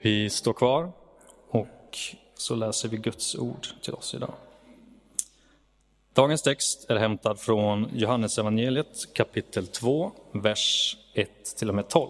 Vi står kvar och så läser vi Guds ord till oss idag. Dagens text är hämtad från Johannesevangeliet kapitel 2, vers 1-12.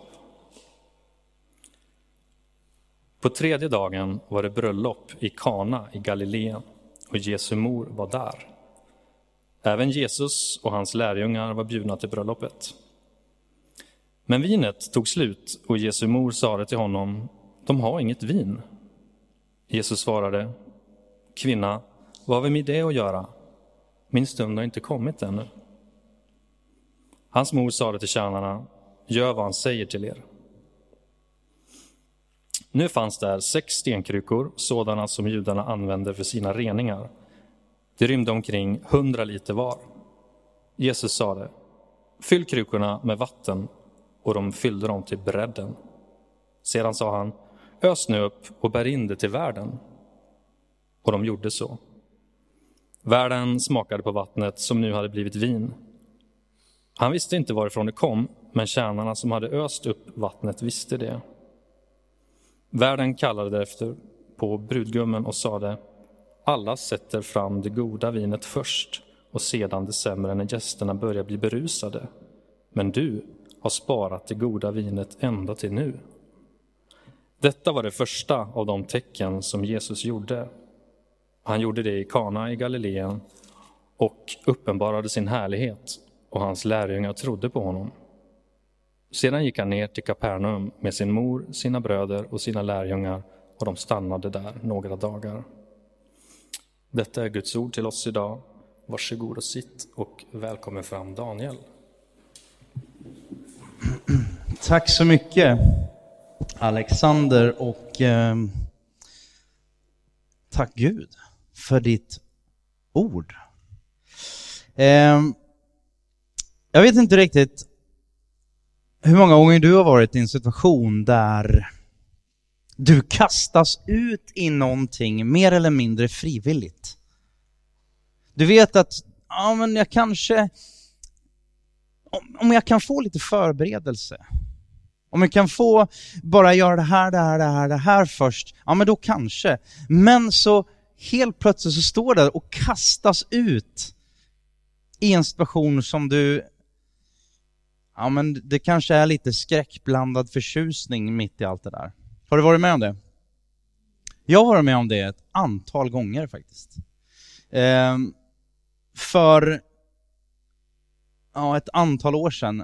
På tredje dagen var det bröllop i Kana i Galileen och Jesu mor var där. Även Jesus och hans lärjungar var bjudna till bröllopet. Men vinet tog slut och Jesu mor sade till honom: de har inget vin. Jesus svarade: kvinna, vad har vi med det att göra? Min stund har inte kommit ännu. Hans mor sade till tjänarna: gör vad han säger till er. Nu fanns där 6 stenkrukor, sådana som judarna använde för sina reningar. Det rymde omkring 100 liter var. Jesus sade: fyll krukorna med vatten, och de fyllde dem till bredden. Sedan sa han: ös nu upp och bär in det till värden. Och de gjorde så. Värden smakade på vattnet som nu hade blivit vin. Han visste inte varifrån det kom, men tjänarna som hade öst upp vattnet visste det. Värden kallade därefter på brudgummen och sade: alla sätter fram det goda vinet först och sedan det sämre när gästerna börjar bli berusade. Men du har sparat det goda vinet ända till nu. Detta var det första av de tecken som Jesus gjorde. Han gjorde det i Kana i Galileen och uppenbarade sin härlighet, och hans lärjungar trodde på honom. Sedan gick han ner till Kapernaum med sin mor, sina bröder och sina lärjungar, och de stannade där några dagar. Detta är Guds ord till oss idag. Varsågod och sitt, och välkommen fram Daniel. Tack så mycket, Alexander, och tack Gud för ditt ord. Jag vet inte riktigt hur många gånger du har varit i en situation där du kastas ut i någonting mer eller mindre frivilligt. Du vet att men jag kanske, om jag kan få lite förberedelse, om jag kan få bara göra det här först, men då kanske. Men så helt plötsligt så står det och kastas ut i en situation som du, men det kanske är lite skräckblandad förtjusning mitt i allt det där. Har du varit med om det? Jag har varit med om det ett antal gånger faktiskt. För ett antal år sedan,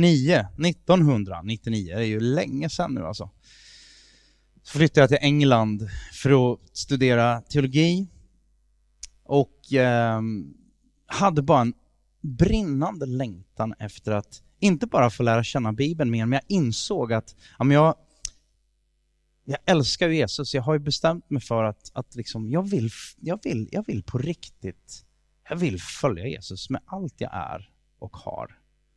1999, det är ju länge sedan nu alltså. Så flyttade jag till England för att studera teologi. Och hade bara en brinnande längtan efter att inte bara få lära känna Bibeln mer, men jag insåg att jag älskar Jesus. Jag har ju bestämt mig för att liksom, jag vill på riktigt, jag vill följa Jesus med allt jag är och har.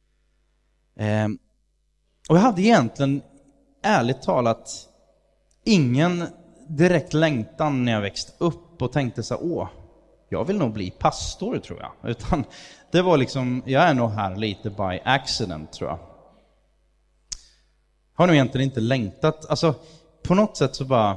Och jag hade egentligen, ärligt talat, ingen direkt längtan när jag växte upp och tänkte så jag vill nog bli pastor, tror jag. Utan det var liksom, jag är nog här lite by accident, tror jag. Har nog egentligen inte längtat. Alltså, på något sätt så bara,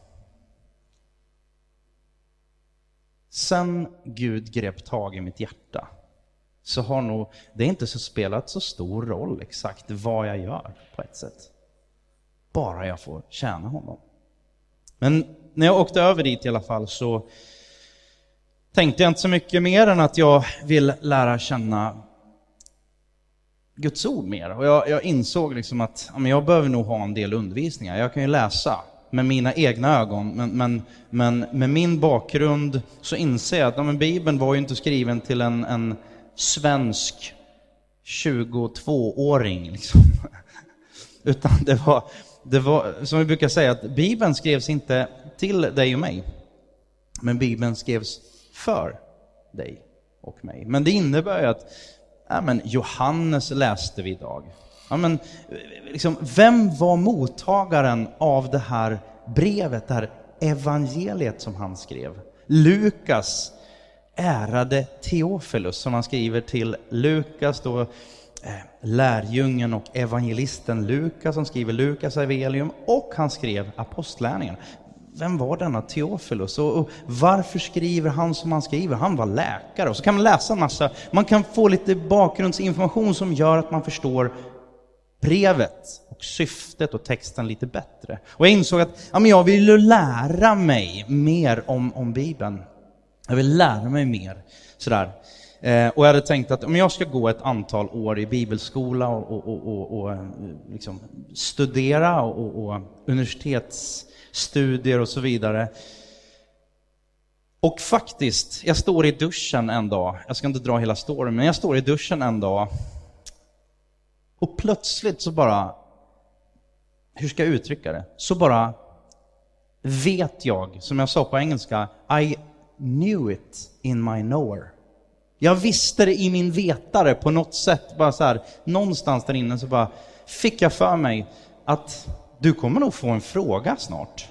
sen Gud grep tag i mitt hjärta, så har nog det inte så spelat så stor roll exakt vad jag gör på ett sätt. Bara jag får tjäna honom. Men när jag åkte över dit i alla fall så tänkte jag inte så mycket mer än att jag vill lära känna Guds ord mer. Och jag insåg liksom att jag behöver nog ha en del undervisningar. Jag kan ju läsa med mina egna ögon, men med min bakgrund så inser jag att Bibeln var ju inte skriven till en svensk 22-åring liksom. Utan det var, som vi brukar säga, att Bibeln skrevs inte till dig och mig, men Bibeln skrevs för dig och mig. Men det innebär ju att Johannes läste vi idag. Liksom, vem var mottagaren av det här brevet, det här evangeliet som han skrev? Lukas ärade Teofilus, som han skriver till Lukas då, lärjungen och evangelisten Lukas som skriver Lukas evangelium, och han skrev apostlärningarna. Vem var denna Theophilus och varför skriver han som han skriver? Han var läkare. Och så kan man läsa en massa, man kan få lite bakgrundsinformation som gör att man förstår brevet och syftet och texten lite bättre. Och jag insåg att jag vill lära mig mer om Bibeln. Jag vill lära mig mer sådär. Och jag hade tänkt att om jag ska gå ett antal år i bibelskola och liksom studera och universitetsstudier och så vidare. Och faktiskt, jag står i duschen en dag. Jag ska inte dra hela storyn, men jag står i duschen en dag. Och plötsligt så bara, hur ska jag uttrycka det? Så bara vet jag, som jag sa på engelska, I knew it in my knower. Jag visste det i min vetare på något sätt, bara så här, någonstans där inne så bara fick jag för mig att du kommer nog få en fråga snart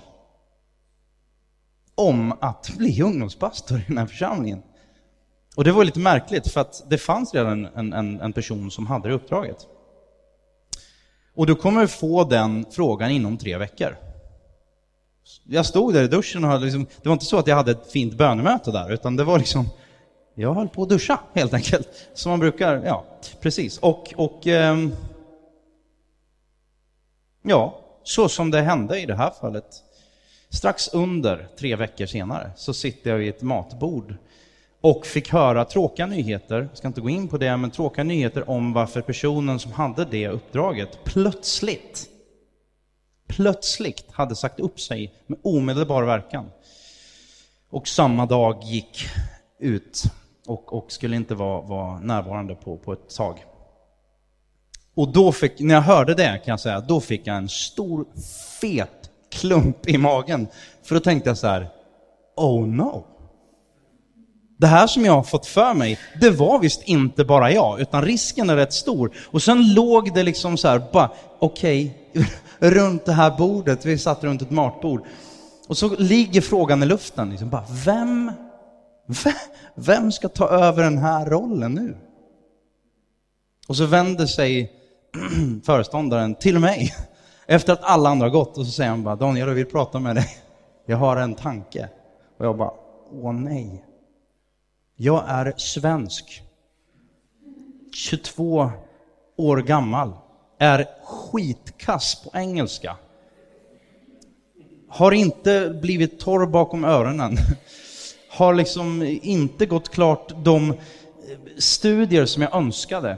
om att bli ungdomspastor i den här församlingen. Och det var lite märkligt för att det fanns redan en person som hade det uppdraget. Och du kommer få den frågan inom 3 veckor. Jag stod där i duschen och hade liksom, det var inte så att jag hade ett fint bönemöte där, utan det var liksom, jag höll på att duscha helt enkelt. Som man brukar, ja, precis. Ja, så som det hände i det här fallet. Strax under 3 veckor senare så sitter jag vid ett matbord och fick höra tråkiga nyheter. Jag ska inte gå in på det, men tråkiga nyheter om varför personen som hade det uppdraget plötsligt hade sagt upp sig med omedelbar verkan. Och samma dag gick ut och skulle inte vara närvarande på ett tag. Och då när jag hörde det, kan jag säga, då fick jag en stor fet klump i magen. För då tänkte jag så här, oh no. Det här som jag har fått för mig, det var visst inte bara jag, utan risken är rätt stor. Och sen låg det liksom så här, bara okej, runt det här bordet, vi satt runt ett matbord. Och så ligger frågan i luften, liksom bara, vem ska ta över den här rollen nu? Och så vänder sig föreståndaren till mig efter att alla andra har gått, och så säger han bara, Daniel, jag vill prata med dig. Jag har en tanke. Och jag bara, åh nej. Jag är svensk, 22 år gammal, är skitkass på engelska, har inte blivit torr bakom öronen, har liksom inte gått klart de studier som jag önskade.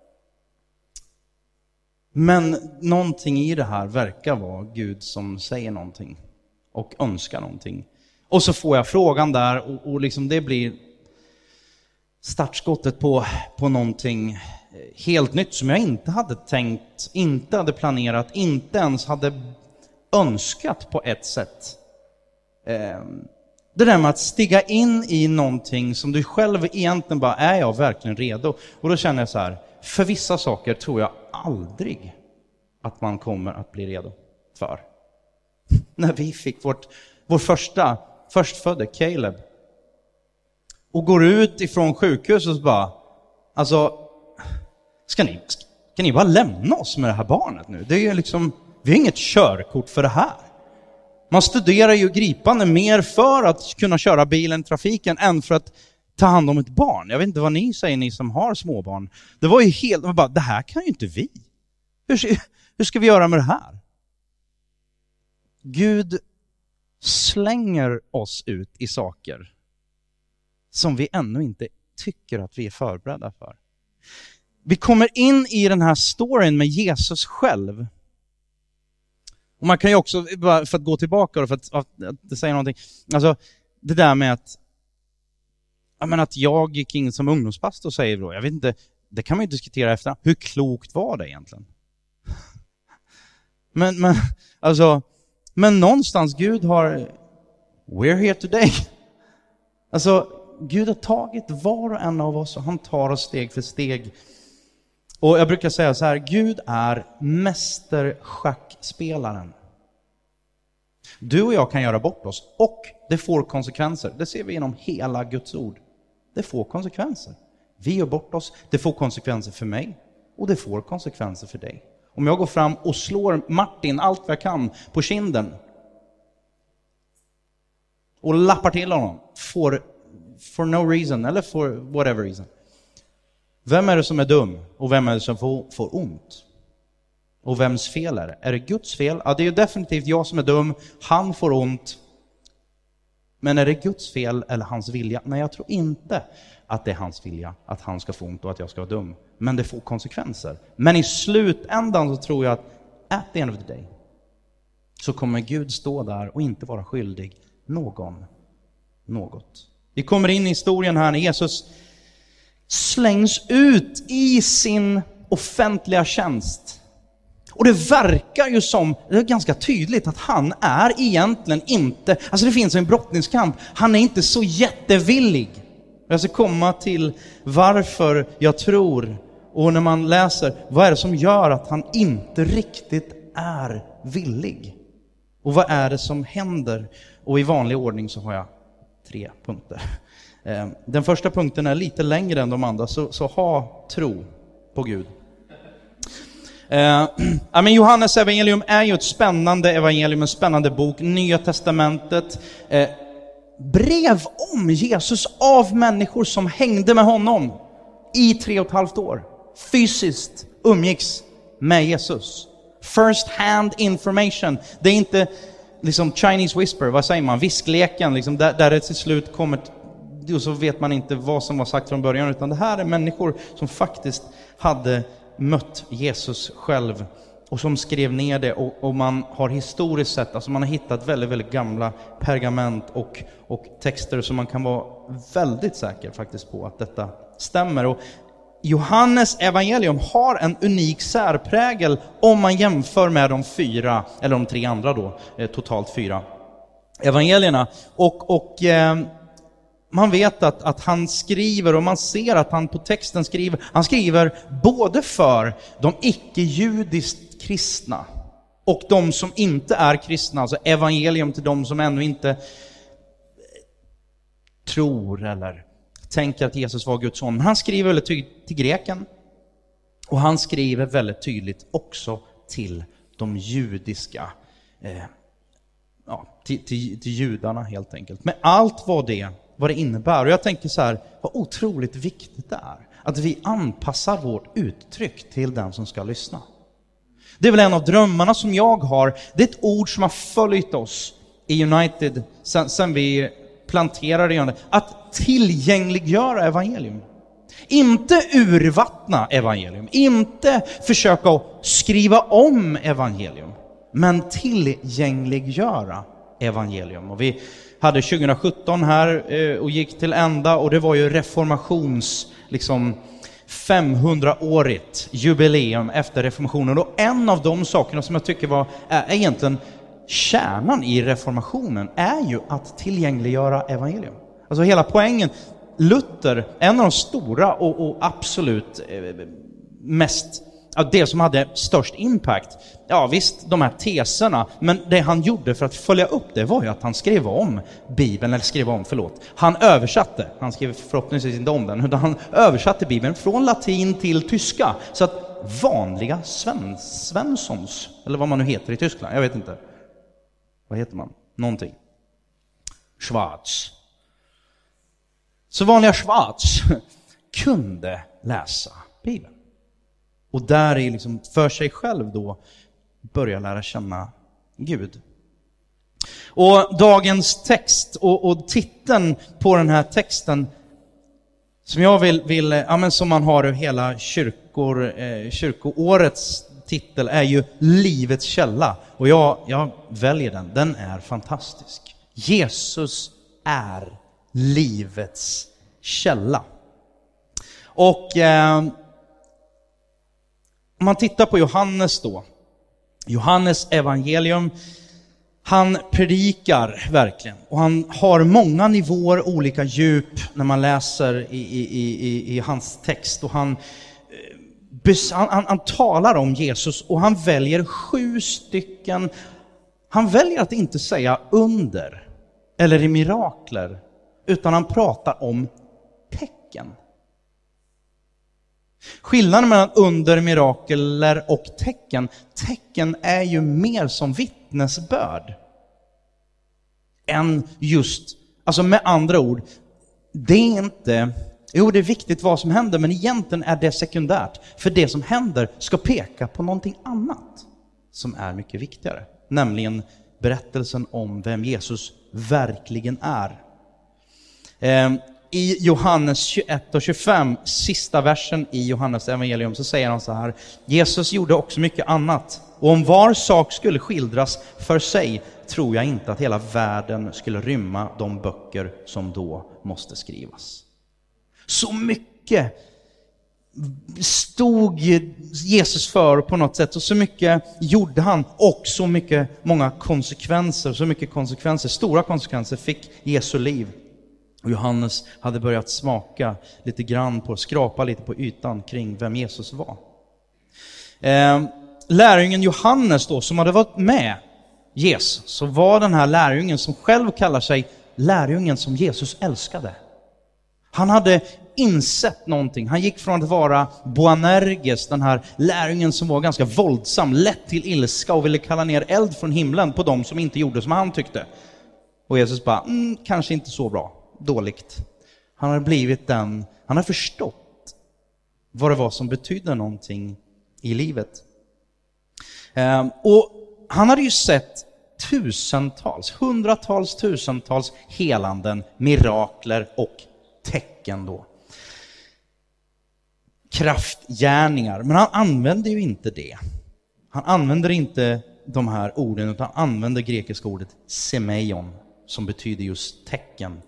Men någonting i det här verkar vara Gud som säger någonting och önskar någonting. Och så får jag frågan där och liksom det blir startskottet på någonting helt nytt som jag inte hade tänkt, inte hade planerat, inte ens hade önskat på ett sätt. Det där med att stiga in i någonting som du själv egentligen bara, är jag verkligen redo? Och då känner jag så här, för vissa saker tror jag aldrig att man kommer att bli redo för. När vi fick vår förstfödde Caleb och går ut ifrån sjukhuset och så bara, alltså, ska ni bara lämna oss med det här barnet nu? Det är ju liksom, vi har inget körkort för det här. Man studerar ju gripande mer för att kunna köra bilen i trafiken än för att ta hand om ett barn. Jag vet inte vad ni säger, ni som har småbarn. Det var ju helt, man bara, det här kan ju inte vi. Hur ska vi göra med det här? Gud slänger oss ut i saker som vi ännu inte tycker att vi är förberedda för. Vi kommer in i den här storyn med Jesus själv. Och man kan ju också, för att gå tillbaka och för att säga någonting, alltså det där med att jag gick in som ungdomspastor, säger då, jag vet inte, det kan man ju diskutera efter. Hur klokt var det egentligen? Men någonstans Gud har, we're here today. Alltså Gud har tagit var och en av oss och han tar oss steg för steg. Och jag brukar säga så här, Gud är mästerschackspelaren. Du och jag kan göra bort oss och det får konsekvenser. Det ser vi genom hela Guds ord. Det får konsekvenser. Vi gör bort oss, det får konsekvenser för mig. Och det får konsekvenser för dig. Om jag går fram och slår Martin allt vad jag kan på kinden och lappar till honom for no reason eller for whatever reason. Vem är det som är dum och vem är det som får ont? Och vems fel är det? Är det Guds fel? Ja, det är ju definitivt jag som är dum. Han får ont. Men är det Guds fel eller hans vilja? Nej, jag tror inte att det är hans vilja att han ska få ont och att jag ska vara dum. Men det får konsekvenser. Men i slutändan så tror jag att at the end of the day så kommer Gud stå där och inte vara skyldig någon något. Vi kommer in i historien här när Jesus slängs ut i sin offentliga tjänst. Och det verkar ju som, det är ganska tydligt att han är egentligen inte, alltså det finns en brottningskamp, han är inte så jättevillig. Jag ska komma till varför jag tror, och när man läser, vad är det som gör att han inte riktigt är villig? Och vad är det som händer? Och i vanlig ordning så har jag 3 punkter. Den första punkten är lite längre än de andra, så ha tro på Gud. Men Johannes evangelium är ju ett spännande evangelium, en spännande bok. Nya testamentet, brev om Jesus av människor som hängde med honom i 3,5 år. Fysiskt umgicks med Jesus. First hand information. Det är inte liksom Chinese whisper, vad säger man? Viskleken, liksom, där det till slut kommer och så vet man inte vad som var sagt från början, utan det här är människor som faktiskt hade mött Jesus själv och som skrev ner det, och man har historiskt sett, alltså man har hittat väldigt, väldigt gamla pergament och texter som man kan vara väldigt säker faktiskt på att detta stämmer. Och Johannes evangelium har en unik särprägel om man jämför med de 4, eller de 3 andra då, totalt 4 evangelierna. Och man vet att han skriver, och man ser att han på texten skriver, han skriver både för de icke-judiskt kristna och de som inte är kristna, alltså evangelium till de som ännu inte tror eller tänker att Jesus var Guds son. Men han skriver väldigt tydligt till greken, och han skriver väldigt tydligt också till de judiska, till judarna helt enkelt. Men allt vad det innebär. Och jag tänker så här, vad otroligt viktigt det är att vi anpassar vårt uttryck till den som ska lyssna. Det är väl en av drömmarna som jag har. Det är ett ord som har följt oss i United sen vi planterade det. Att tillgängliggöra evangelium. Inte urvattna evangelium. Inte försöka skriva om evangelium. Men tillgängliggöra evangelium. Och vi hade 2017 här och gick till ända, och det var ju reformations 500-årigt jubileum efter reformationen. Och en av de sakerna som jag tycker är egentligen kärnan i reformationen är ju att tillgängliggöra evangelium. Alltså hela poängen, Luther, en av de stora och absolut mest, det som hade störst impact, ja visst, de här teserna, men det han gjorde för att följa upp det var ju att han skrev om Bibeln, han översatte, han skrev förhoppningsvis inte om den, utan han översatte Bibeln från latin till tyska, så att vanliga Svenssons, eller vad man nu heter i Tyskland, jag vet inte, vad heter man? Någonting. Schwarz. Så vanliga Schwarz kunde läsa Bibeln. Och där är för sig själv då börja lära känna Gud. Och dagens text och titeln på den här texten som jag vill som man har hela kyrkoårets titel är ju Livets källa. Och jag väljer den. Den är fantastisk. Jesus är livets källa. Och om man tittar på Johannes då, Johannes evangelium, han predikar verkligen. Och han har många nivåer, olika djup när man läser i hans text. Och han talar om Jesus, och han väljer 7 stycken. Han väljer att inte säga under eller i mirakler, utan han pratar om tecken. Skillnaden mellan under, mirakler och tecken är ju mer som vittnesbörd än just, alltså med andra ord, det är inte, det är viktigt vad som händer, men egentligen är det sekundärt, för det som händer ska peka på någonting annat som är mycket viktigare, nämligen berättelsen om vem Jesus verkligen är. I Johannes 21 och 25, sista versen i Johannes evangelium, så säger han så här: Jesus gjorde också mycket annat, och om var sak skulle skildras för sig tror jag inte att hela världen skulle rymma de böcker som då måste skrivas. Så mycket stod Jesus för på något sätt, och så mycket gjorde han, och så mycket, många konsekvenser, stora konsekvenser fick Jesu liv. Och Johannes hade börjat smaka lite grann på, skrapa lite på ytan kring vem Jesus var. Lärjungen Johannes då, som hade varit med Jesus, så var den här lärjungen som själv kallar sig lärjungen som Jesus älskade. Han hade insett någonting. Han gick från att vara Boanerges, den här lärjungen som var ganska våldsam, lätt till ilska och ville kalla ner eld från himlen på dem som inte gjorde som han tyckte. Och Jesus bara, kanske inte så bra, dåligt. Han har blivit han har förstått vad det var som betydde någonting i livet. Och han hade ju sett hundratals helanden, mirakler och tecken då. Kraftgärningar. Men han använder ju inte det. Han använder inte de här orden, utan han använder grekiska ordet semeion, som betyder just tecken.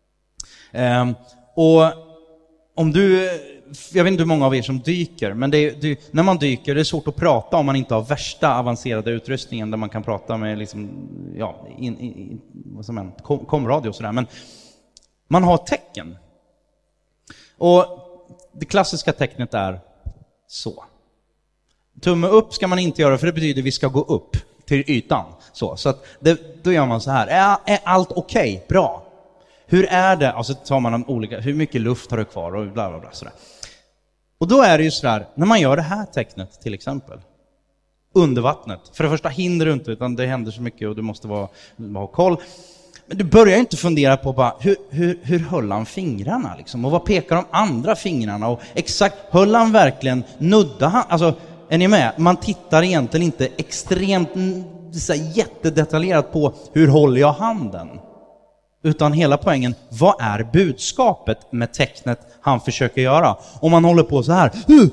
Och om jag vet inte hur många av er som dyker, men när man dyker, det är svårt att prata om man inte har värsta avancerade utrustningen där man kan prata med liksom, komradio och sådär. Men man har tecken. Och det klassiska tecknet är så. Tumme upp ska man inte göra, för det betyder vi ska gå upp till ytan. Så att då gör man så här. Är allt okej? Bra. Hur är det? Och så tar man hur mycket luft har du kvar och bla bla bla sådär. Och då är det ju sådär, när man gör det här tecknet till exempel, under vattnet. För det första hinner du inte, utan det händer så mycket och du måste ha koll. Men du börjar inte fundera på bara, hur höll han fingrarna liksom? Och vad pekar de andra fingrarna? Och exakt, höll han verkligen, nudda han? Alltså, är ni med? Man tittar egentligen inte extremt så jättedetaljerat på hur håller jag handen? Utan hela poängen, vad är budskapet med tecknet han försöker göra? Om man håller på så här,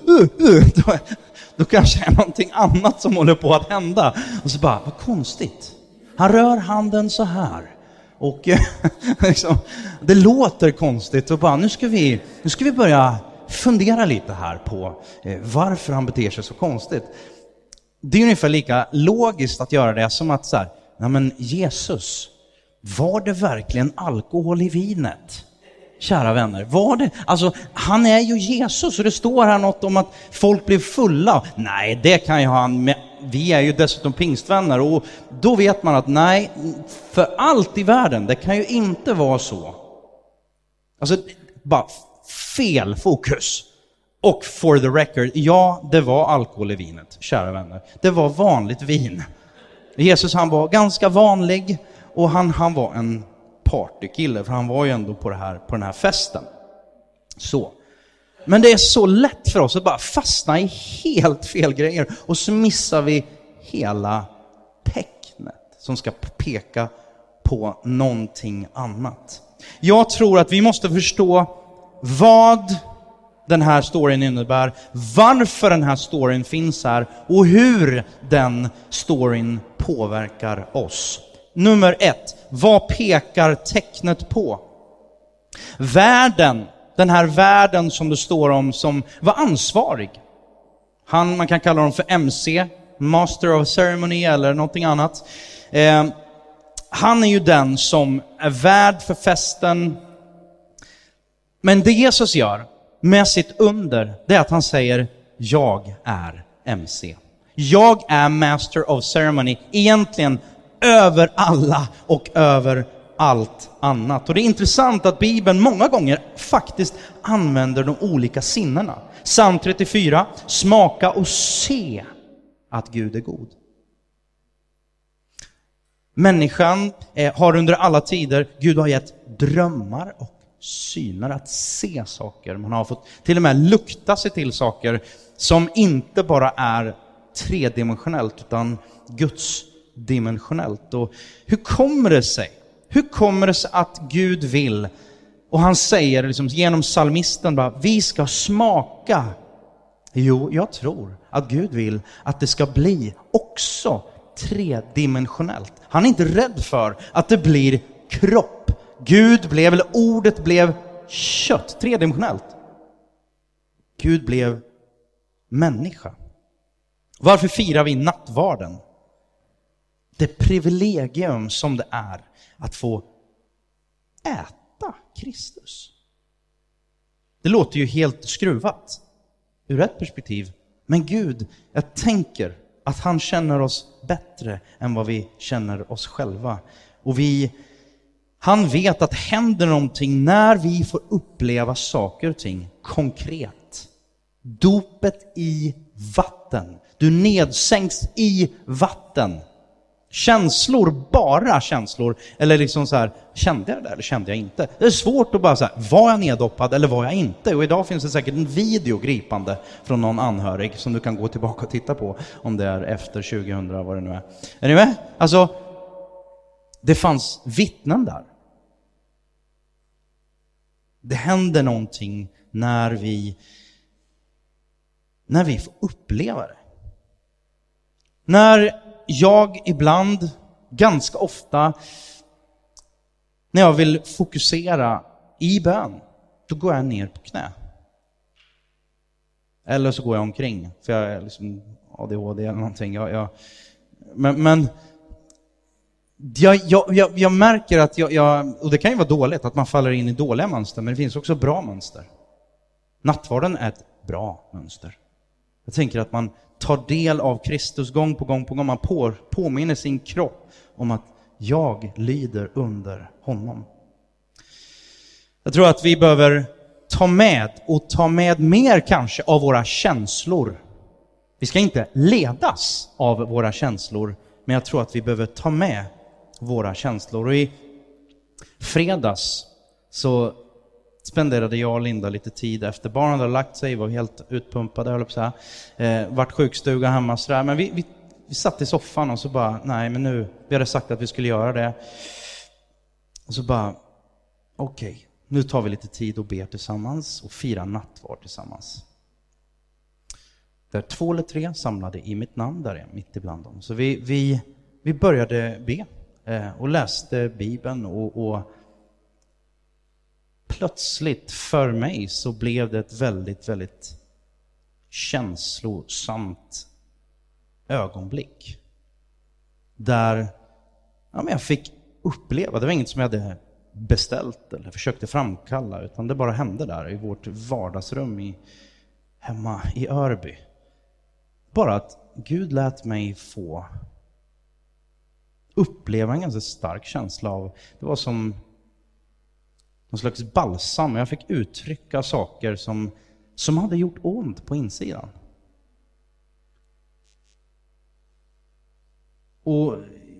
då kanske det är någonting annat som håller på att hända. Och så bara, vad konstigt. Han rör handen så här. Och liksom, det låter konstigt. Och bara, nu ska vi börja fundera lite här på varför han beter sig så konstigt. Det är ungefär lika logiskt att göra det som att så här, nej men Jesus, var det verkligen alkohol i vinet? Kära vänner, var det? Alltså, han är ju Jesus, och det står här något om att folk blir fulla. Nej, det kan ju han med. Vi är ju dessutom pingstvänner, och då vet man att nej, för allt i världen, det kan ju inte vara så. Alltså, bara fel fokus. Och for the record, ja, det var alkohol i vinet, kära vänner. Det var vanligt vin. Jesus, han var ganska vanlig. Och han var en partykille, för han var ju ändå på den här festen. Så. Men det är så lätt för oss att bara fastna i helt fel grejer. Och så missar vi hela tecknet som ska peka på någonting annat. Jag tror att vi måste förstå vad den här storyn innebär, varför den här storyn finns här och hur den storyn påverkar oss. Nummer 1. Vad pekar tecknet på? Världen, den här världen som det står om, som var ansvarig. Man kan kalla dem för MC, Master of Ceremony eller någonting annat. Han är ju den som är värd för festen. Men det Jesus gör med sitt under, det är att han säger, jag är MC. Jag är Master of Ceremony. Egentligen över alla och över allt annat. Och det är intressant att Bibeln många gånger faktiskt använder de olika sinnena. Psalm 34, smaka och se att Gud är god. Människan har under alla tider, Gud har gett drömmar och syner att se saker. Man har fått till och med lukta sig till saker som inte bara är tredimensionellt utan gudsdimensionellt. Och hur kommer det sig? Hur kommer det sig att Gud vill, och han säger liksom genom psalmisten bara, vi ska smaka. Jo, jag tror att Gud vill att det ska bli också tredimensionellt. Han är inte rädd för att det blir kropp. Gud blev, eller ordet blev kött, tredimensionellt. Gud blev människa. Varför firar vi nattvarden? Det privilegium som det är att få äta Kristus. Det låter ju helt skruvat ur ett perspektiv. Men Gud, jag tänker att han känner oss bättre än vad vi känner oss själva. Och han vet att händer någonting när vi får uppleva saker och ting konkret. Dopet i vatten. Du nedsänks i vatten. Känslor, bara känslor. Eller liksom så här, kände jag det eller kände jag inte? Det är svårt att bara säga, var jag neddoppad eller var jag inte? Och idag finns det säkert en video gripande från någon anhörig som du kan gå tillbaka och titta på om det är efter 2000, vad det nu är. Är ni med? Alltså, det fanns vittnen där. Det händer någonting när vi får uppleva det. När jag ibland, ganska ofta, när jag vill fokusera i bön, då går jag ner på knä. Eller så går jag omkring, för jag är liksom ADHD eller någonting. Men jag märker att och det kan ju vara dåligt att man faller in i dåliga mönster, men det finns också bra mönster. Nattvarden är ett bra mönster. Jag tänker att man tar del av Kristus gång på gång på gång. Man påminner sin kropp om att jag lyder under honom. Jag tror att vi behöver ta med mer kanske av våra känslor. Vi ska inte ledas av våra känslor, men jag tror att vi behöver ta med våra känslor. Och i fredags så spenderade jag och Linda lite tid efter barnen hade lagt sig, var helt utpumpade, höll på så här. Vart sjukstuga hemma så där. Men vi satt i soffan och så bara, nej men nu, vi hade sagt att vi skulle göra det. Och så bara, okej, nu tar vi lite tid och ber tillsammans och firar nattvard tillsammans. Där 2 eller 3 samlade i mitt namn, där är mitt ibland dem. Så vi började be och läste Bibeln och plötsligt för mig så blev det ett väldigt, väldigt känslosamt ögonblick. Där jag fick uppleva, det var inget som jag hade beställt eller försökte framkalla, utan det bara hände där i vårt vardagsrum hemma i Örby. Bara att Gud lät mig få uppleva en ganska stark känsla av, det var som någon slags balsam. Jag fick uttrycka saker som hade gjort ont på insidan. Och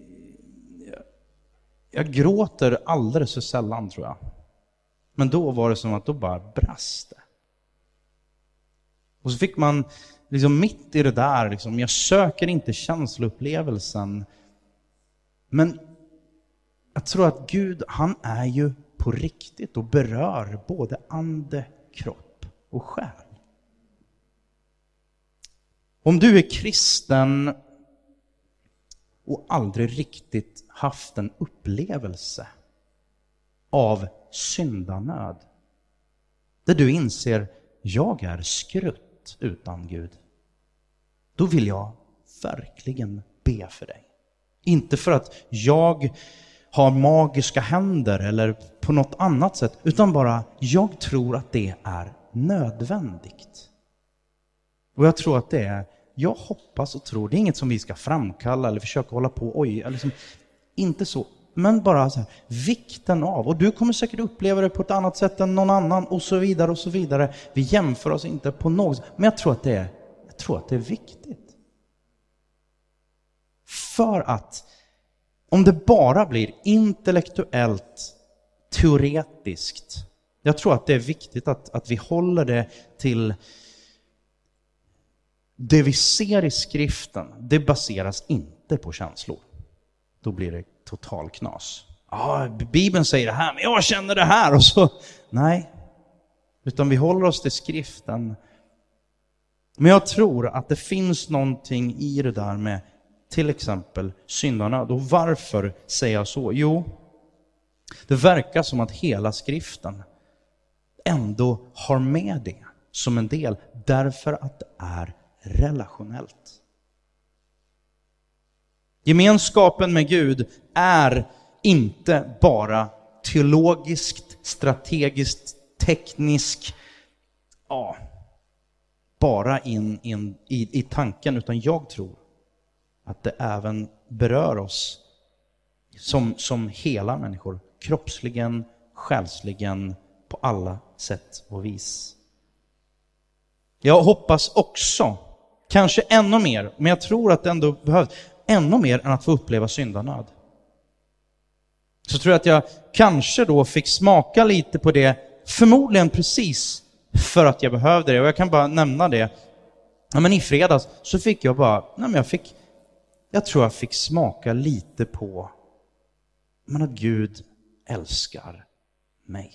jag gråter alldeles för sällan, tror jag. Men då var det som att då bara brast det. Och så fick man liksom mitt i det där, liksom, jag söker inte känsloupplevelsen. Men jag tror att Gud, han är ju på riktigt och berör både ande, kropp och själ. Om du är kristen och aldrig riktigt haft en upplevelse av syndanöd, där du inser, jag är skrutt utan Gud, då vill jag verkligen be för dig. Inte för att jag har magiska händer eller på något annat sätt, utan bara jag tror att det är nödvändigt. Och jag tror att det är, jag hoppas och tror, det är inget som vi ska framkalla eller försöka hålla på, liksom, inte så, Men bara så här, vikten av, och du kommer säkert uppleva det på ett annat sätt än någon annan och så vidare och så vidare. Vi jämför oss inte på något, men jag tror att det är viktigt. För att om det bara blir intellektuellt, teoretiskt, jag tror att det är viktigt att vi håller det till det vi ser i skriften. Det baseras inte på känslor. Då blir det total knas. Bibeln säger det här, men jag känner det här. Och så, nej. Utan vi håller oss till skriften. Men jag tror att det finns någonting i det där med till exempel syndanöd. Och varför säger jag så? Jo, det verkar som att hela skriften ändå har med det som en del. Därför att det är relationellt. Gemenskapen med Gud är inte bara teologiskt, strategiskt, tekniskt, bara in i tanken, utan jag tror att det även berör oss som hela människor, kroppsligen, själsligen, på alla sätt och vis. Jag hoppas också, kanske ännu mer, men jag tror att det ändå behövs ännu mer än att få uppleva syndanöd. Så tror jag att jag kanske då fick smaka lite på det, förmodligen precis för att jag behövde det. Och jag kan bara nämna det. Men i fredags så fick jag bara, jag tror jag fick smaka lite på att Gud älskar mig.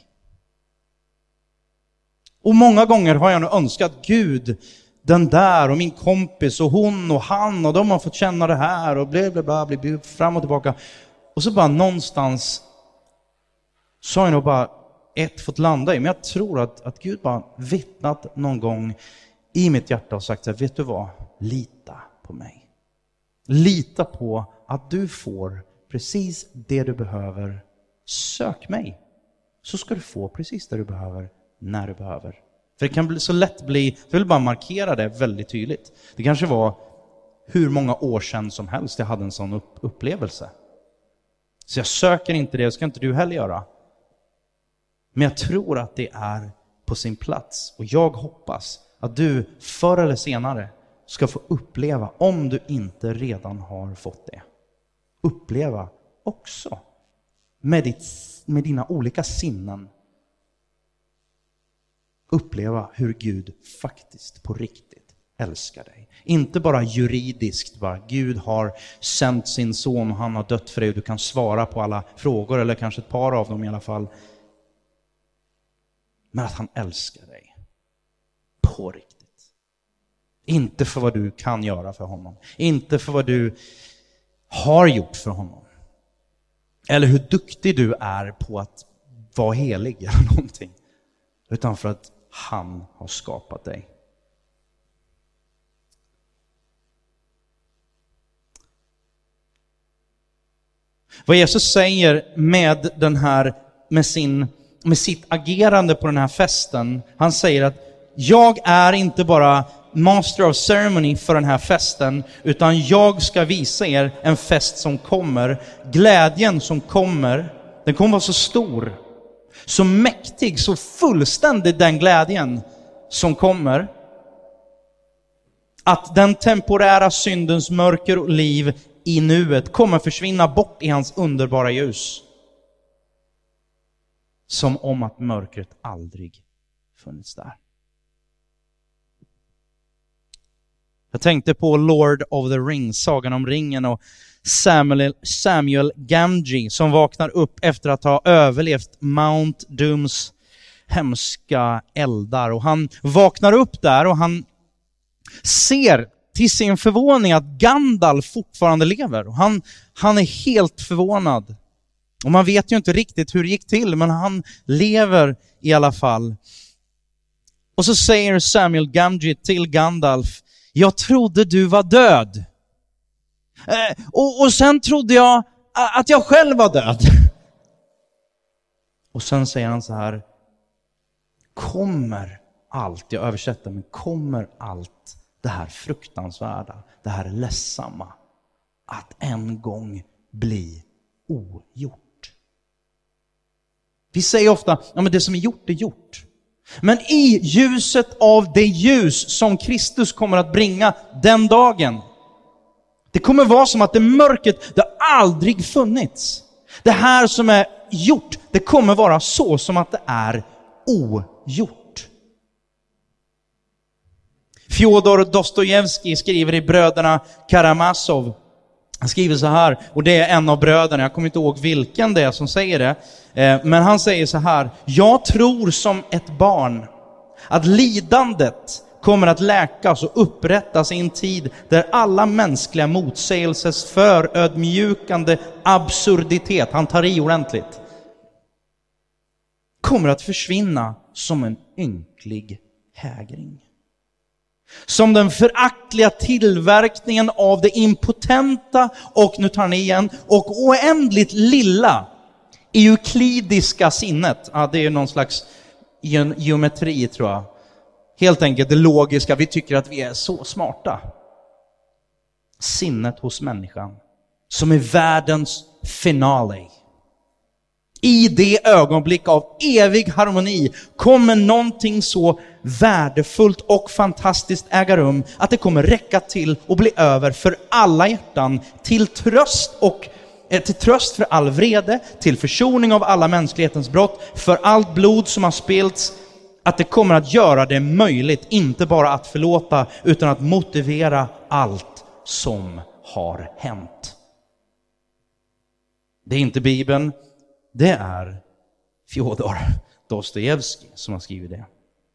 Och många gånger har jag nog önskat Gud, den där och min kompis och hon och han och de har fått känna det här och bli fram och tillbaka. Och så bara någonstans så har jag nog bara fått landa i. Men jag tror att Gud bara vittnat någon gång i mitt hjärta och sagt så här, vet du vad? Lita på mig. Lita på att du får precis det du behöver. Sök mig. Så ska du få precis det du behöver när du behöver. För det kan bli så lätt jag vill bara markera det väldigt tydligt. Det kanske var hur många år sedan som helst jag hade en sån upplevelse. Så jag söker inte det, ska inte du heller göra. Men jag tror att det är på sin plats. Och jag hoppas att du förr eller senare ska få uppleva, om du inte redan har fått det. Uppleva också med dina olika sinnen. Uppleva hur Gud faktiskt på riktigt älskar dig. Inte bara juridiskt, bara Gud har sänt sin son och han har dött för dig och du kan svara på alla frågor, eller kanske ett par av dem i alla fall. Men att han älskar dig på riktigt. Inte för vad du kan göra för honom. Inte för vad du har gjort för honom. Eller hur duktig du är på att vara helig eller någonting. Utan för att han har skapat dig. Vad Jesus säger med sitt agerande på den här festen. Han säger att jag är inte bara master of ceremony för den här festen, utan jag ska visa er en fest som kommer. Glädjen som kommer, den kommer vara så stor, så mäktig, så fullständig den glädjen som kommer, att den temporära syndens mörker och liv i nuet kommer försvinna bort i hans underbara ljus. Som om att mörkret aldrig funnits där. Jag tänkte på Lord of the Rings, Sagan om ringen, och Samuel Gamgee som vaknar upp efter att ha överlevt Mount Dooms hemska eldar. Och han vaknar upp där och han ser till sin förvåning att Gandalf fortfarande lever. Och han är helt förvånad. Och man vet ju inte riktigt hur det gick till, men han lever i alla fall. Och så säger Samuel Gamgee till Gandalf: jag trodde du var död. Och sen trodde jag att jag själv var död. Och sen säger han så här: kommer allt, jag översätter, men kommer allt det här fruktansvärda, det här ledsamma att en gång bli ogjort. Vi säger ofta, ja men det som är gjort är gjort. Men i ljuset av det ljus som Kristus kommer att bringa den dagen, det kommer vara som att det mörkret, det har aldrig funnits. Det här som är gjort, det kommer vara så som att det är ogjort. Fjodor Dostojevskij skriver i Bröderna Karamazov. Han skriver så här, och det är en av bröderna, jag kommer inte ihåg vilken det är som säger det. Men han säger så här: jag tror som ett barn att lidandet kommer att läkas och upprättas i en tid där alla mänskliga motsägelses förödmjukande absurditet, han tar i ordentligt, kommer att försvinna som en ynklig hägring. Som den föraktliga tillverkningen av det impotenta och, nu tar ni igen, och oändligt lilla euklidiska sinnet. Ja, det är någon slags geometri tror jag. Helt enkelt det logiska, vi tycker att vi är så smarta. Sinnet hos människan, som är världens finale. I det ögonblick av evig harmoni kommer någonting så värdefullt och fantastiskt äga rum att det kommer räcka till och bli över för alla hjärtan, till tröst för all vrede, till försoning av alla mänsklighetens brott, för allt blod som har spillts, att det kommer att göra det möjligt inte bara att förlåta utan att motivera allt som har hänt. Det är inte Bibeln, det är Fjodor Dostojevskij som har skrivit det.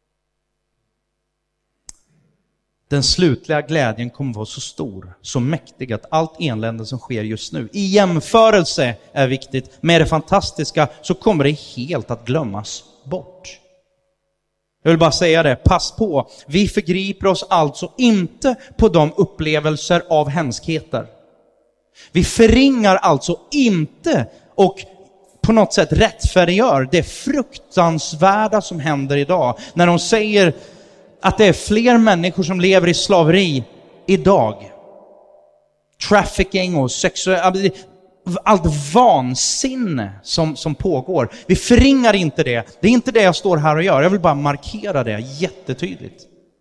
Den slutliga glädjen kommer vara så stor, så mäktig att allt elände som sker just nu, i jämförelse är viktigt, med det fantastiska, så kommer det helt att glömmas bort. Jag vill bara säga det, pass på. Vi förgriper oss alltså inte på de upplevelser av hemskheter. Vi förringar alltså inte och på något sätt rättfärdiggör det fruktansvärda som händer idag. När de säger att det är fler människor som lever i slaveri idag. Trafficking och sexuell, allt vansinne som pågår. Vi förringar inte det. Det är inte det jag står här och gör. Jag vill bara markera det jättetydligt.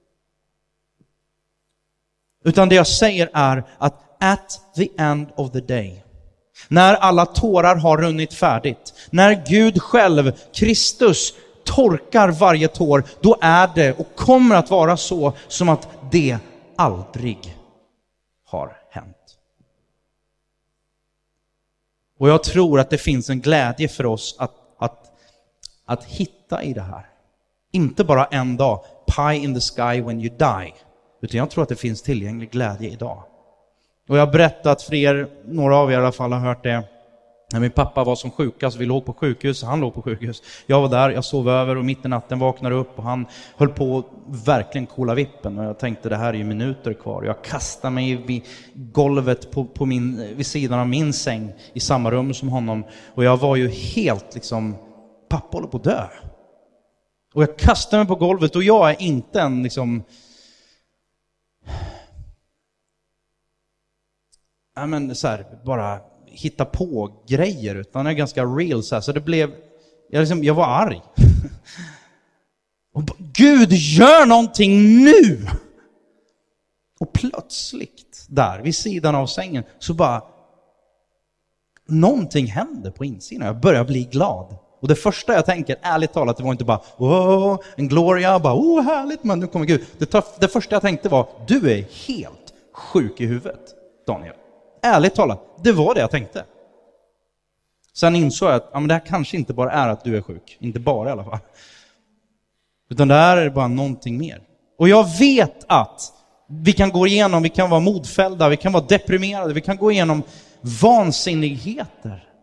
Utan det jag säger är att at the end of the day, när alla tårar har runnit färdigt, när Gud själv, Kristus, torkar varje tår, då är det och kommer att vara så som att det aldrig har hänt. Och jag tror att det finns en glädje för oss att hitta i det här. Inte bara en dag, pie in the sky when you die, utan jag tror att det finns tillgänglig glädje idag. Och jag har berättat för er, några av er i alla fall har hört det. När min pappa var som sjukast, vi låg på sjukhus, han låg på sjukhus. Jag var där, jag sov över och mitt i natten vaknade upp och han höll på att verkligen kolla vippen. Och jag tänkte, det här är ju minuter kvar. Jag kastade mig vid golvet vid sidan av min säng i samma rum som honom. Och jag var ju helt liksom, pappa håller på att dö. Och jag kastade mig på golvet och jag är inte en liksom... Ja, men så här, bara hitta på grejer, utan det är ganska real så här. Så det blev, jag var arg. Och Gud, gör någonting nu! Och plötsligt där vid sidan av sängen så bara någonting händer på insidan. Jag börjar bli glad. Och det första jag tänker, ärligt talat, det var inte bara åh, en gloria, bara åh härligt, men nu kommer Gud. Det första jag tänkte var, du är helt sjuk i huvudet, Daniel. Ärligt talat, det var det jag tänkte. Sen insåg jag att men det här kanske inte bara är att du är sjuk. Inte bara i alla fall. Utan det här är bara någonting mer. Och jag vet att vi kan gå igenom, vi kan vara modfällda, vi kan vara deprimerade, vi kan gå igenom vansinnigheter.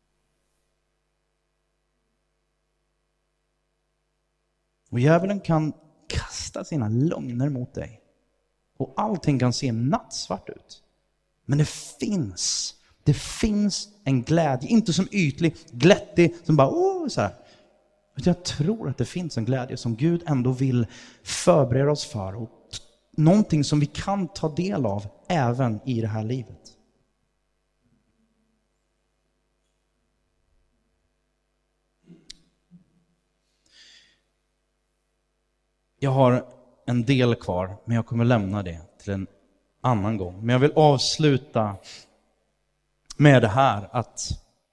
Och djävulen kan kasta sina lögner mot dig. Och allting kan se nattsvart ut. Men det finns en glädje, inte som ytlig, glättig, som bara så här. Jag tror att det finns en glädje som Gud ändå vill förbereda oss för, och någonting som vi kan ta del av även i det här livet. Jag har en del kvar, men jag kommer lämna det till en annan gång. Men jag vill avsluta med det här, att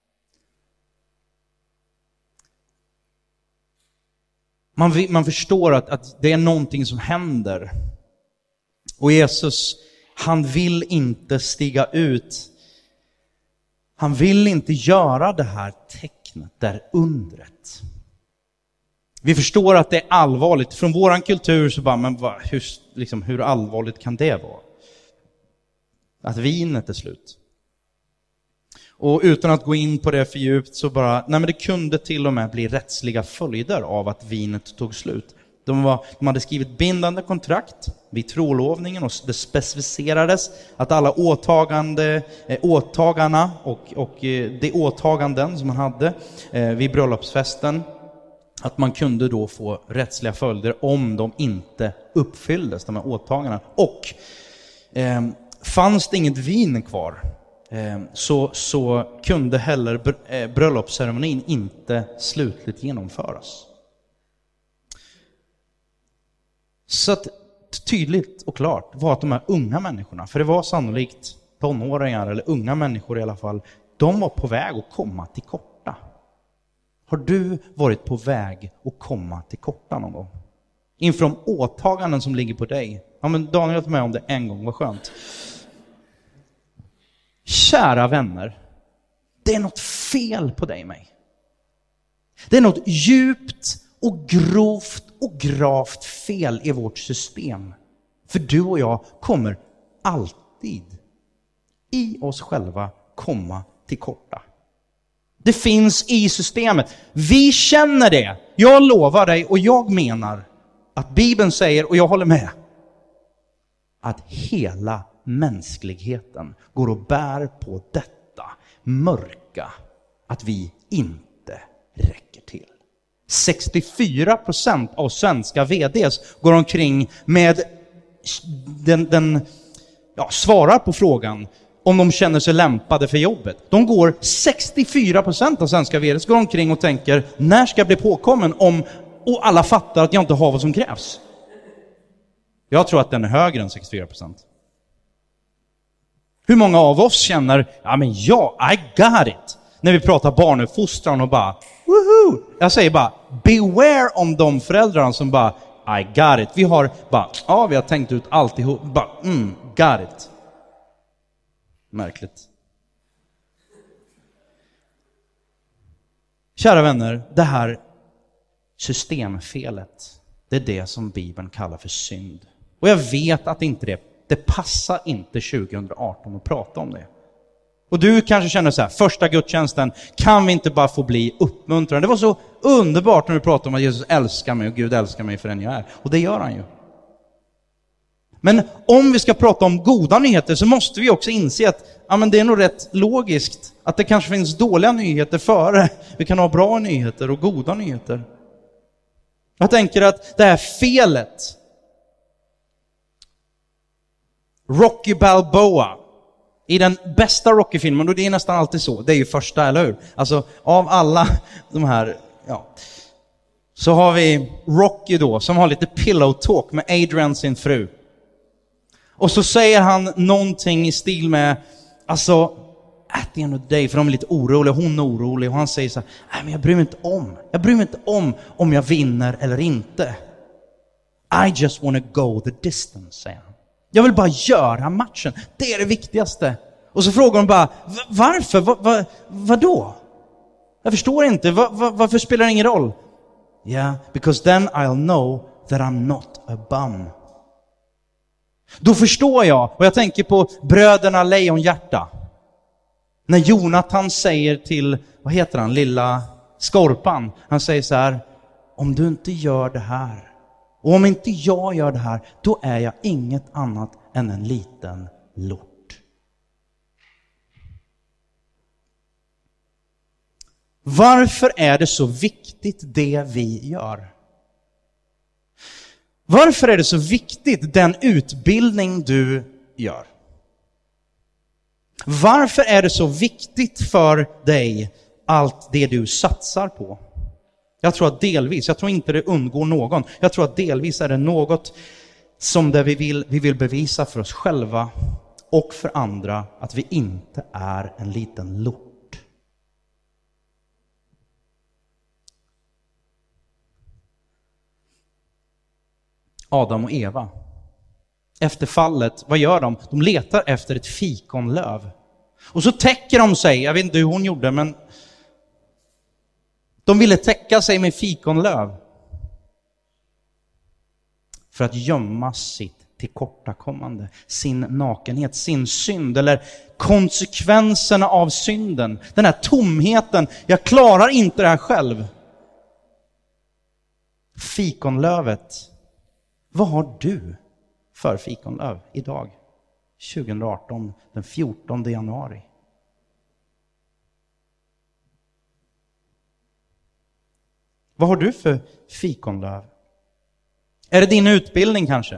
man förstår att det är någonting som händer. Och Jesus, han vill inte stiga ut. Han vill inte göra det här tecknet, där undret. Vi förstår att det är allvarligt. Från våran kultur så bara, men hur allvarligt kan det vara? Att vinet är slut. Och utan att gå in på det för djupt så bara, nej men det kunde till och med bli rättsliga följder av att vinet tog slut. De hade skrivit bindande kontrakt vid trolovningen och det specificerades att alla åtagarna och de åtaganden som man hade vid bröllopsfesten, att man kunde då få rättsliga följder om de inte uppfylldes, de här åtagandena. Och fanns det inget vin kvar så kunde heller bröllopsceremonin inte slutligt genomföras. Så att tydligt och klart var att de här unga människorna, för det var sannolikt tonåringar eller unga människor i alla fall, de var på väg att komma till korta. Har du varit på väg att komma till korta någon gång? Inför de åtaganden som ligger på dig. Ja, men Daniel har varit med om det en gång, vad skönt. Kära vänner, det är något fel på dig och mig. Det är något djupt och grovt och gravt fel i vårt system. För du och jag kommer alltid i oss själva komma till korta. Det finns i systemet. Vi känner det. Jag lovar dig och jag menar att Bibeln säger, och jag håller med, att hela mänskligheten går och bär på detta mörka, att vi inte räcker till. 64% av svenska VDs går omkring med svarar på frågan om de känner sig lämpade för jobbet. 64% av svenska VDs går omkring och tänker, när ska jag bli påkommen och alla fattar att jag inte har vad som krävs. Jag tror att den är högre än 64%. Hur många av oss känner, I got it. När vi pratar barnuppfostran och bara, woohoo! Jag säger bara, beware om de föräldrarna som bara, I got it. Vi har tänkt ut alltihop. Got it. Märkligt. Kära vänner, det här systemfelet, det är det som Bibeln kallar för synd. Och jag vet att det passar inte 2018 att prata om det. Och du kanske känner så här, första gudstjänsten, kan vi inte bara få bli uppmuntrande? Det var så underbart när du pratade om att Jesus älskar mig och Gud älskar mig för den jag är. Och det gör han ju. Men om vi ska prata om goda nyheter så måste vi också inse att det är nog rätt logiskt att det kanske finns dåliga nyheter före. Vi kan ha bra nyheter och goda nyheter. Jag tänker att det här felet, Rocky Balboa, i den bästa Rocky-filmen, och det är nästan alltid så, det är ju första, eller hur? Alltså av alla de här, så har vi Rocky då, som har lite pillow talk med Adrian, sin fru. Och så säger han någonting i stil med, at the end of the day, för de är lite oroliga, hon är orolig, och han säger så här, men jag bryr mig inte om jag vinner eller inte. I just want to go the distance, säger han. Jag vill bara göra matchen. Det är det viktigaste. Och så frågar de bara, varför? Vadå? Jag förstår inte. Varför spelar det ingen roll? Yeah, because then I'll know that I'm not a bum. Då förstår jag. Och jag tänker på bröderna Lejonhjärta. När Jonathan säger till, vad heter han, lilla Skorpan. Han säger så här, om du inte gör det här, och om inte jag gör det här, då är jag inget annat än en liten lort. Varför är det så viktigt det vi gör? Varför är det så viktigt den utbildning du gör? Varför är det så viktigt för dig allt det du satsar på? Jag tror att delvis, jag tror inte det undgår någon. Jag tror att delvis är det något som där vi vill bevisa för oss själva och för andra att vi inte är en liten lort. Adam och Eva. Efter fallet, vad gör de? De letar efter ett fikonlöv. Och så täcker de sig, jag vet inte hur hon gjorde, men de ville täcka sig med fikonlöv. För att gömma sitt tillkortakommande, sin nakenhet, sin synd eller konsekvenserna av synden. Den här tomheten, jag klarar inte det här själv. Fikonlövet. Vad har du för fikonlöv idag? 2018, den 14 januari. Vad har du för fikonlöv? Är det din utbildning kanske?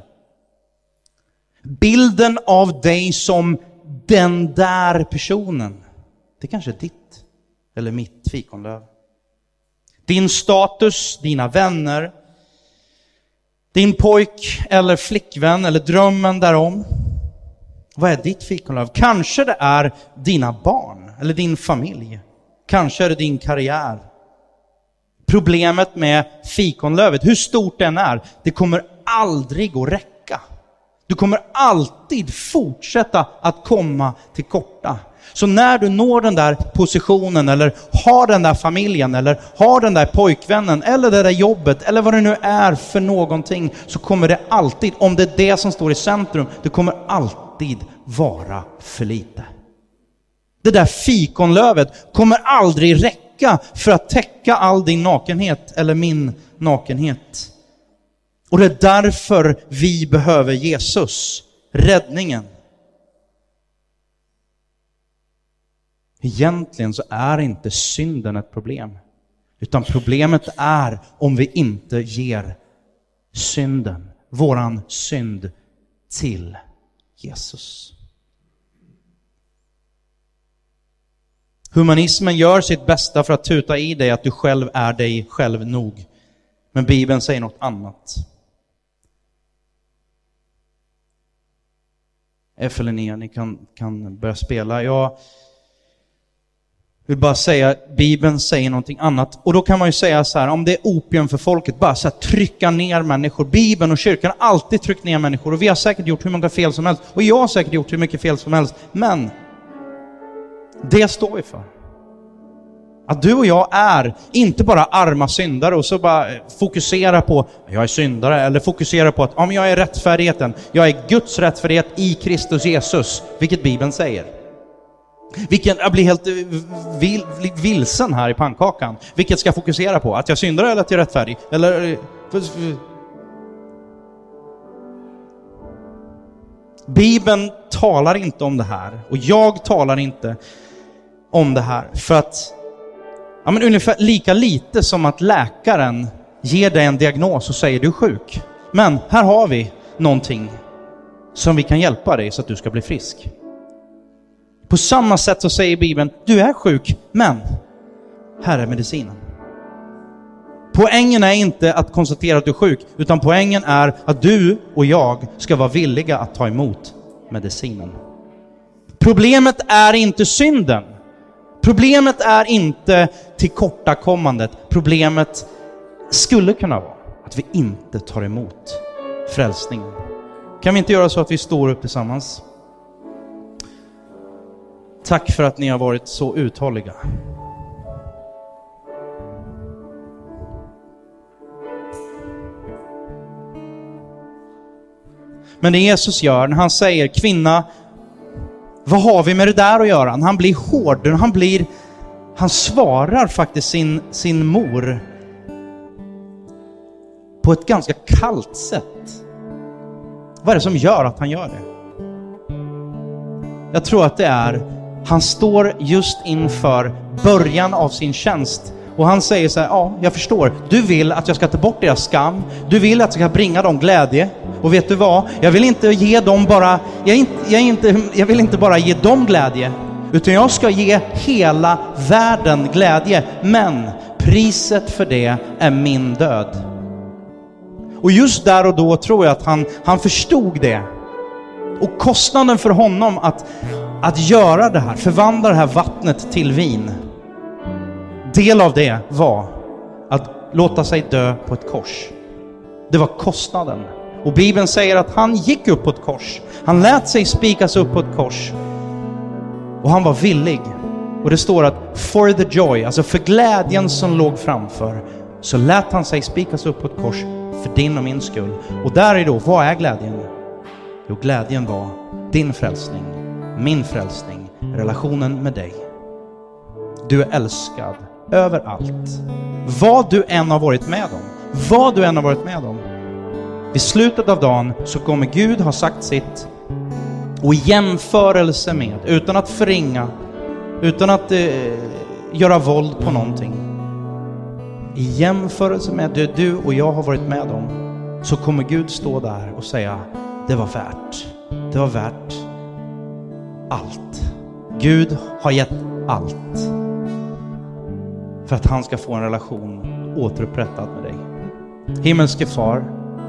Bilden av dig som den där personen. Det kanske är ditt eller mitt fikonlöv. Din status, dina vänner, din pojk eller flickvän eller drömmen därom. Vad är ditt fikonlöv? Kanske det är dina barn eller din familj. Kanske är det din karriär. Problemet med fikonlövet, hur stort den är, det kommer aldrig att räcka. Du kommer alltid fortsätta att komma till korta. Så när du når den där positionen eller har den där familjen eller har den där pojkvännen eller det där jobbet eller vad det nu är för någonting, så kommer det alltid, om det är det som står i centrum, det kommer alltid vara för lite. Det där fikonlövet kommer aldrig räcka för att täcka all din nakenhet eller min nakenhet. Och det är därför vi behöver Jesus, räddningen. Egentligen så är inte synden ett problem. Utan problemet är om vi inte ger synden, våran synd, till Jesus. Humanismen gör sitt bästa för att tuta i dig att du själv är dig själv nog. Men Bibeln säger något annat. F eller ni kan börja spela. Jag vill bara säga, Bibeln säger någonting annat. Och då kan man ju säga så här, om det är opium för folket, bara så här, trycka ner människor. Bibeln och kyrkan har alltid tryckt ner människor. Och vi har säkert gjort hur många fel som helst. Och jag har säkert gjort hur mycket fel som helst. Men det står vi för. Att du och jag är inte bara arma syndare och så bara fokusera på jag är syndare, eller fokusera på att om jag är rättfärdigheten, jag är Guds rättfärdighet i Kristus Jesus, vilket Bibeln säger. Jag blir helt vilsen här i pannkakan. Vilket ska jag fokusera på? Att jag syndar eller att jag är rättfärdig? Eller Bibeln talar inte om det här. Och jag talar inte om det här. För att ungefär lika lite som att läkaren ger dig en diagnos och säger du är sjuk. Men här har vi någonting som vi kan hjälpa dig så att du ska bli frisk. På samma sätt så säger Bibeln, du är sjuk, men här är medicinen. Poängen är inte att konstatera att du är sjuk, utan poängen är att du och jag ska vara villiga att ta emot medicinen. Problemet är inte synden. Problemet är inte tillkortakommandet. Problemet skulle kunna vara att vi inte tar emot frälsningen. Kan vi inte göra så att vi står upp tillsammans? Tack för att ni har varit så uthålliga. Men det Jesus gör när han säger, kvinna, vad har vi med det där att göra? Han blir hård, han svarar faktiskt sin mor på ett ganska kallt sätt. Vad är det som gör att han gör det? Jag tror att det är, han står just inför början av sin tjänst. Och han säger så här, ja, jag förstår. Du vill att jag ska ta bort deras skam. Du vill att jag ska bringa dem glädje. Och vet du vad? Jag vill inte ge dem bara, jag vill inte bara ge dem glädje. Utan jag ska ge hela världen glädje. Men priset för det är min död. Och just där och då tror jag att han förstod det. Och kostnaden för honom att göra det här, förvandla det här vattnet till vin, del av det var att låta sig dö på ett kors. Det var kostnaden. Och Bibeln säger att han gick upp på ett kors. Han lät sig spikas upp på ett kors. Och han var villig. Och det står att for the joy, alltså för glädjen som låg framför, så lät han sig spikas upp på ett kors för din och min skull. Och där är då, vad är glädjen? Jo, glädjen var din frälsning, min frälsning, relationen med dig. Du är älskad överallt. Vad du än har varit med om. Vad du än har varit med om. Vid slutet av dagen så kommer Gud ha sagt sitt. Och i jämförelse med, utan att förringa, utan att göra våld på någonting. I jämförelse med det du och jag har varit med om, så kommer Gud stå där och säga, det var värt. Det var värt allt. Gud har gett allt. För att han ska få en relation återupprättad med dig. Himmelske far,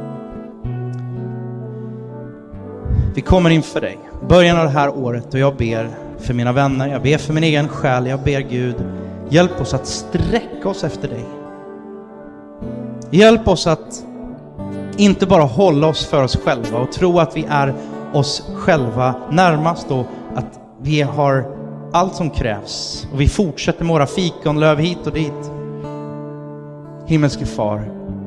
vi kommer inför dig. Början av det här året, och jag ber för mina vänner, jag ber för min egen själ, jag ber Gud, hjälp oss att sträcka oss efter dig. Hjälp oss att inte bara hålla oss för oss själva och tro att vi är oss själva närmast och att vi har allt som krävs. Och vi fortsätter med våra fikonlöv hit och dit. Himmelske far,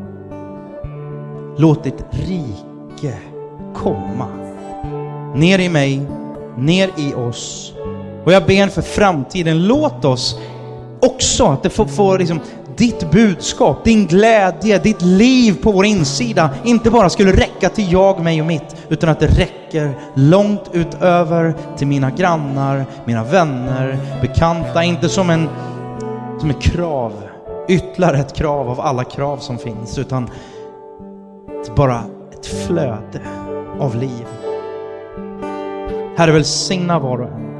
låt ditt rike komma ner i mig, ner i oss. Och jag ber för framtiden, låt oss också att det får liksom ditt budskap, din glädje, ditt liv på vår insida inte bara skulle räcka till jag, mig och mitt, utan att det räcker långt utöver till mina grannar, mina vänner, bekanta, inte som ett krav, ytterligare ett krav av alla krav som finns, utan bara ett flöde av liv. Herre, välsigna var och en.